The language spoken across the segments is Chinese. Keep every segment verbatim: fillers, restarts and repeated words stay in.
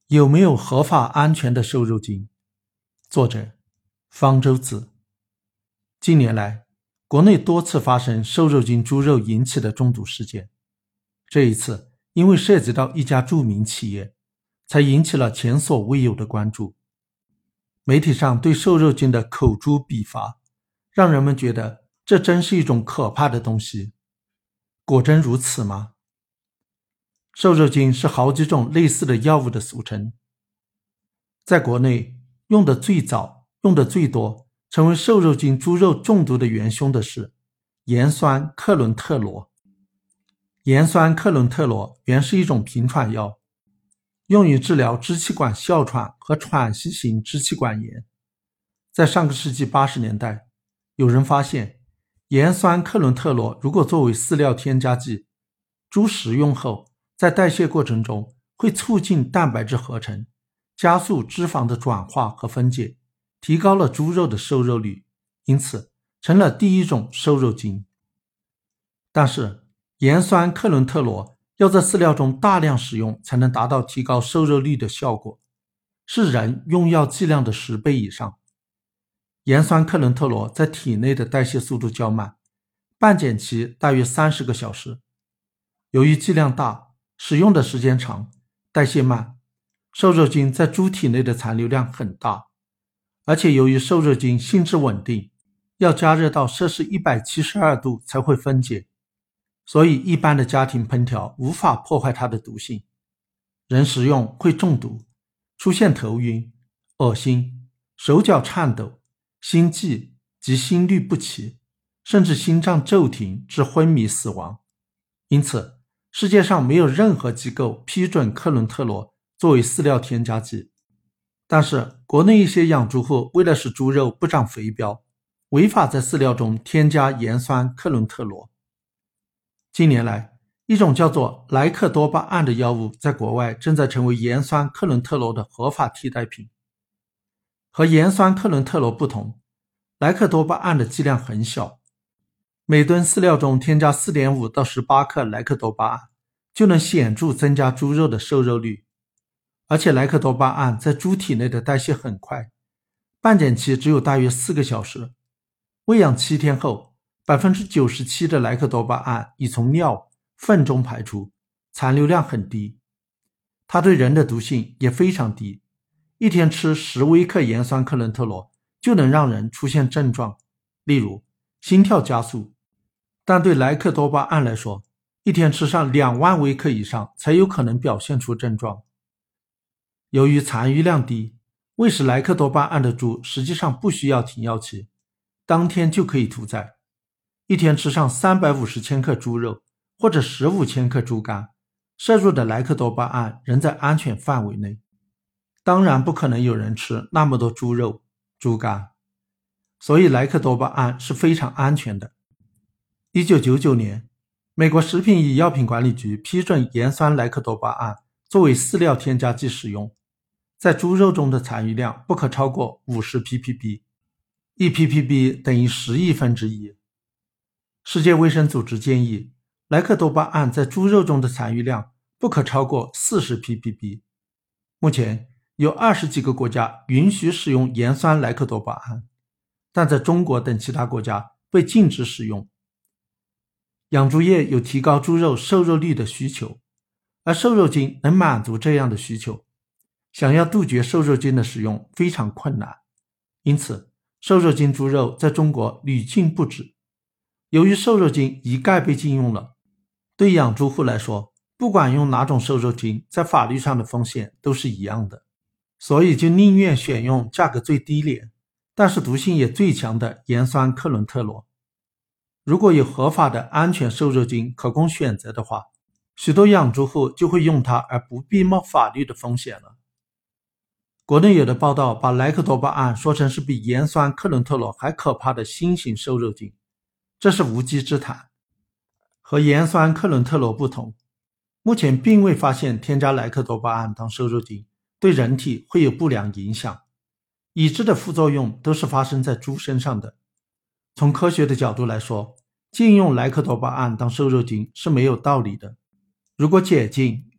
有没有合法安全的瘦肉精？作者方舟子。近年来，国内多次发生瘦肉精猪肉引起的中毒事件。这一次，因为涉及到一家著名企业，才引起了前所未有的关注。媒体上对瘦肉精的口诛笔伐，让人们觉得这真是一种可怕的东西。果真如此吗？瘦肉精是好几种类似的药物的俗称。在国内用的最早、用的最多，成为瘦肉精猪肉中毒的元凶的是盐酸克伦特罗。盐酸克伦特罗原是一种平喘药，用于治疗支气管哮喘和喘息型支气管炎。在上个世纪八十年代，有人发现盐酸克伦特罗如果作为饲料添加剂，猪食用后在代谢过程中会促进蛋白质合成，加速脂肪的转化和分解，提高了猪肉的瘦肉率，因此成了第一种瘦肉精。但是盐酸克伦特罗要在饲料中大量使用才能达到提高瘦肉率的效果，是人用药剂量的十倍以上。盐酸克伦特罗在体内的代谢速度较慢，半减期大约三十个小时。由于剂量大，使用的时间长，代谢慢，瘦肉精在猪体内的残留量很大，而且由于瘦肉精性质稳定，要加热到摄氏一百七十二度才会分解，所以一般的家庭烹调无法破坏它的毒性。人食用会中毒，出现头晕、恶心、手脚颤抖、心悸及心律不齐，甚至心脏骤停致昏迷死亡。因此世界上没有任何机构批准克伦特罗作为饲料添加剂。但是国内一些养猪户为了使猪肉不长肥膘，违法在饲料中添加盐酸克伦特罗。近年来，一种叫做莱克多巴胺的药物在国外正在成为盐酸克伦特罗的合法替代品。和盐酸克伦特罗不同，莱克多巴胺的剂量很小，每吨饲料中添加 四点五到十八克莱克多巴胺，就能显著增加猪肉的瘦肉率。而且莱克多巴胺在猪体内的代谢很快，半减期只有大约四个小时。喂养七天后， 百分之九十七 的莱克多巴胺已从尿、粪中排出，残留量很低。它对人的毒性也非常低，一天吃十微克盐酸克伦特罗就能让人出现症状，例如心跳加速。但对莱克多巴胺来说，一天吃上两万微克以上才有可能表现出症状。由于残余量低，喂食莱克多巴胺的猪实际上不需要停药期，当天就可以屠宰。一天吃上三百五十千克猪肉或者十五千克猪肝，摄入的莱克多巴胺仍在安全范围内。当然不可能有人吃那么多猪肉、猪肝，所以莱克多巴胺是非常安全的。一九九九年，美国食品与药品管理局批准盐酸莱克多巴胺作为饲料添加剂使用，在猪肉中的残余量不可超过五十 ppb， 一 ppb 等于十亿分之一。世界卫生组织建议莱克多巴胺在猪肉中的残余量不可超过四十 ppb。 目前有二十几个国家允许使用盐酸莱克多巴胺，但在中国等其他国家被禁止使用。养猪业有提高猪肉瘦肉率的需求，而瘦肉精能满足这样的需求，想要杜绝瘦肉精的使用非常困难，因此瘦肉精猪肉在中国屡禁不止。由于瘦肉精一概被禁用了，对养猪户来说，不管用哪种瘦肉精，在法律上的风险都是一样的，所以就宁愿选用价格最低廉，但是毒性也最强的盐酸克伦特罗。如果有合法的安全瘦肉精可供选择的话，许多养猪户就会用它而不必冒法律的风险了。国内有的报道把莱克多巴胺说成是比盐酸克伦特罗还可怕的新型瘦肉精，这是无稽之谈。和盐酸克伦特罗不同，目前并未发现添加莱克多巴胺当瘦肉精对人体会有不良影响，已知的副作用都是发生在猪身上的。从科学的角度来说，禁用莱克多巴胺当瘦肉精是没有道理的。如果解禁，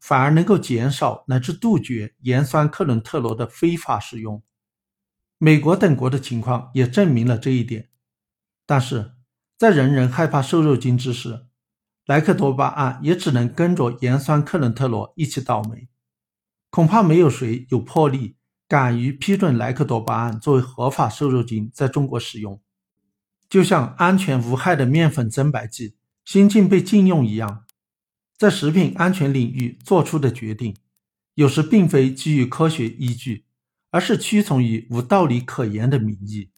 反而能够减少乃至杜绝盐酸克伦特罗的非法使用。美国等国的情况也证明了这一点。但是在人人害怕瘦肉精之时，莱克多巴胺也只能跟着盐酸克伦特罗一起倒霉。恐怕没有谁有魄力敢于批准莱克多巴胺作为合法瘦肉精在中国使用。就像安全无害的面粉增白剂新近被禁用一样，在食品安全领域做出的决定，有时并非基于科学依据，而是屈从于无道理可言的民意。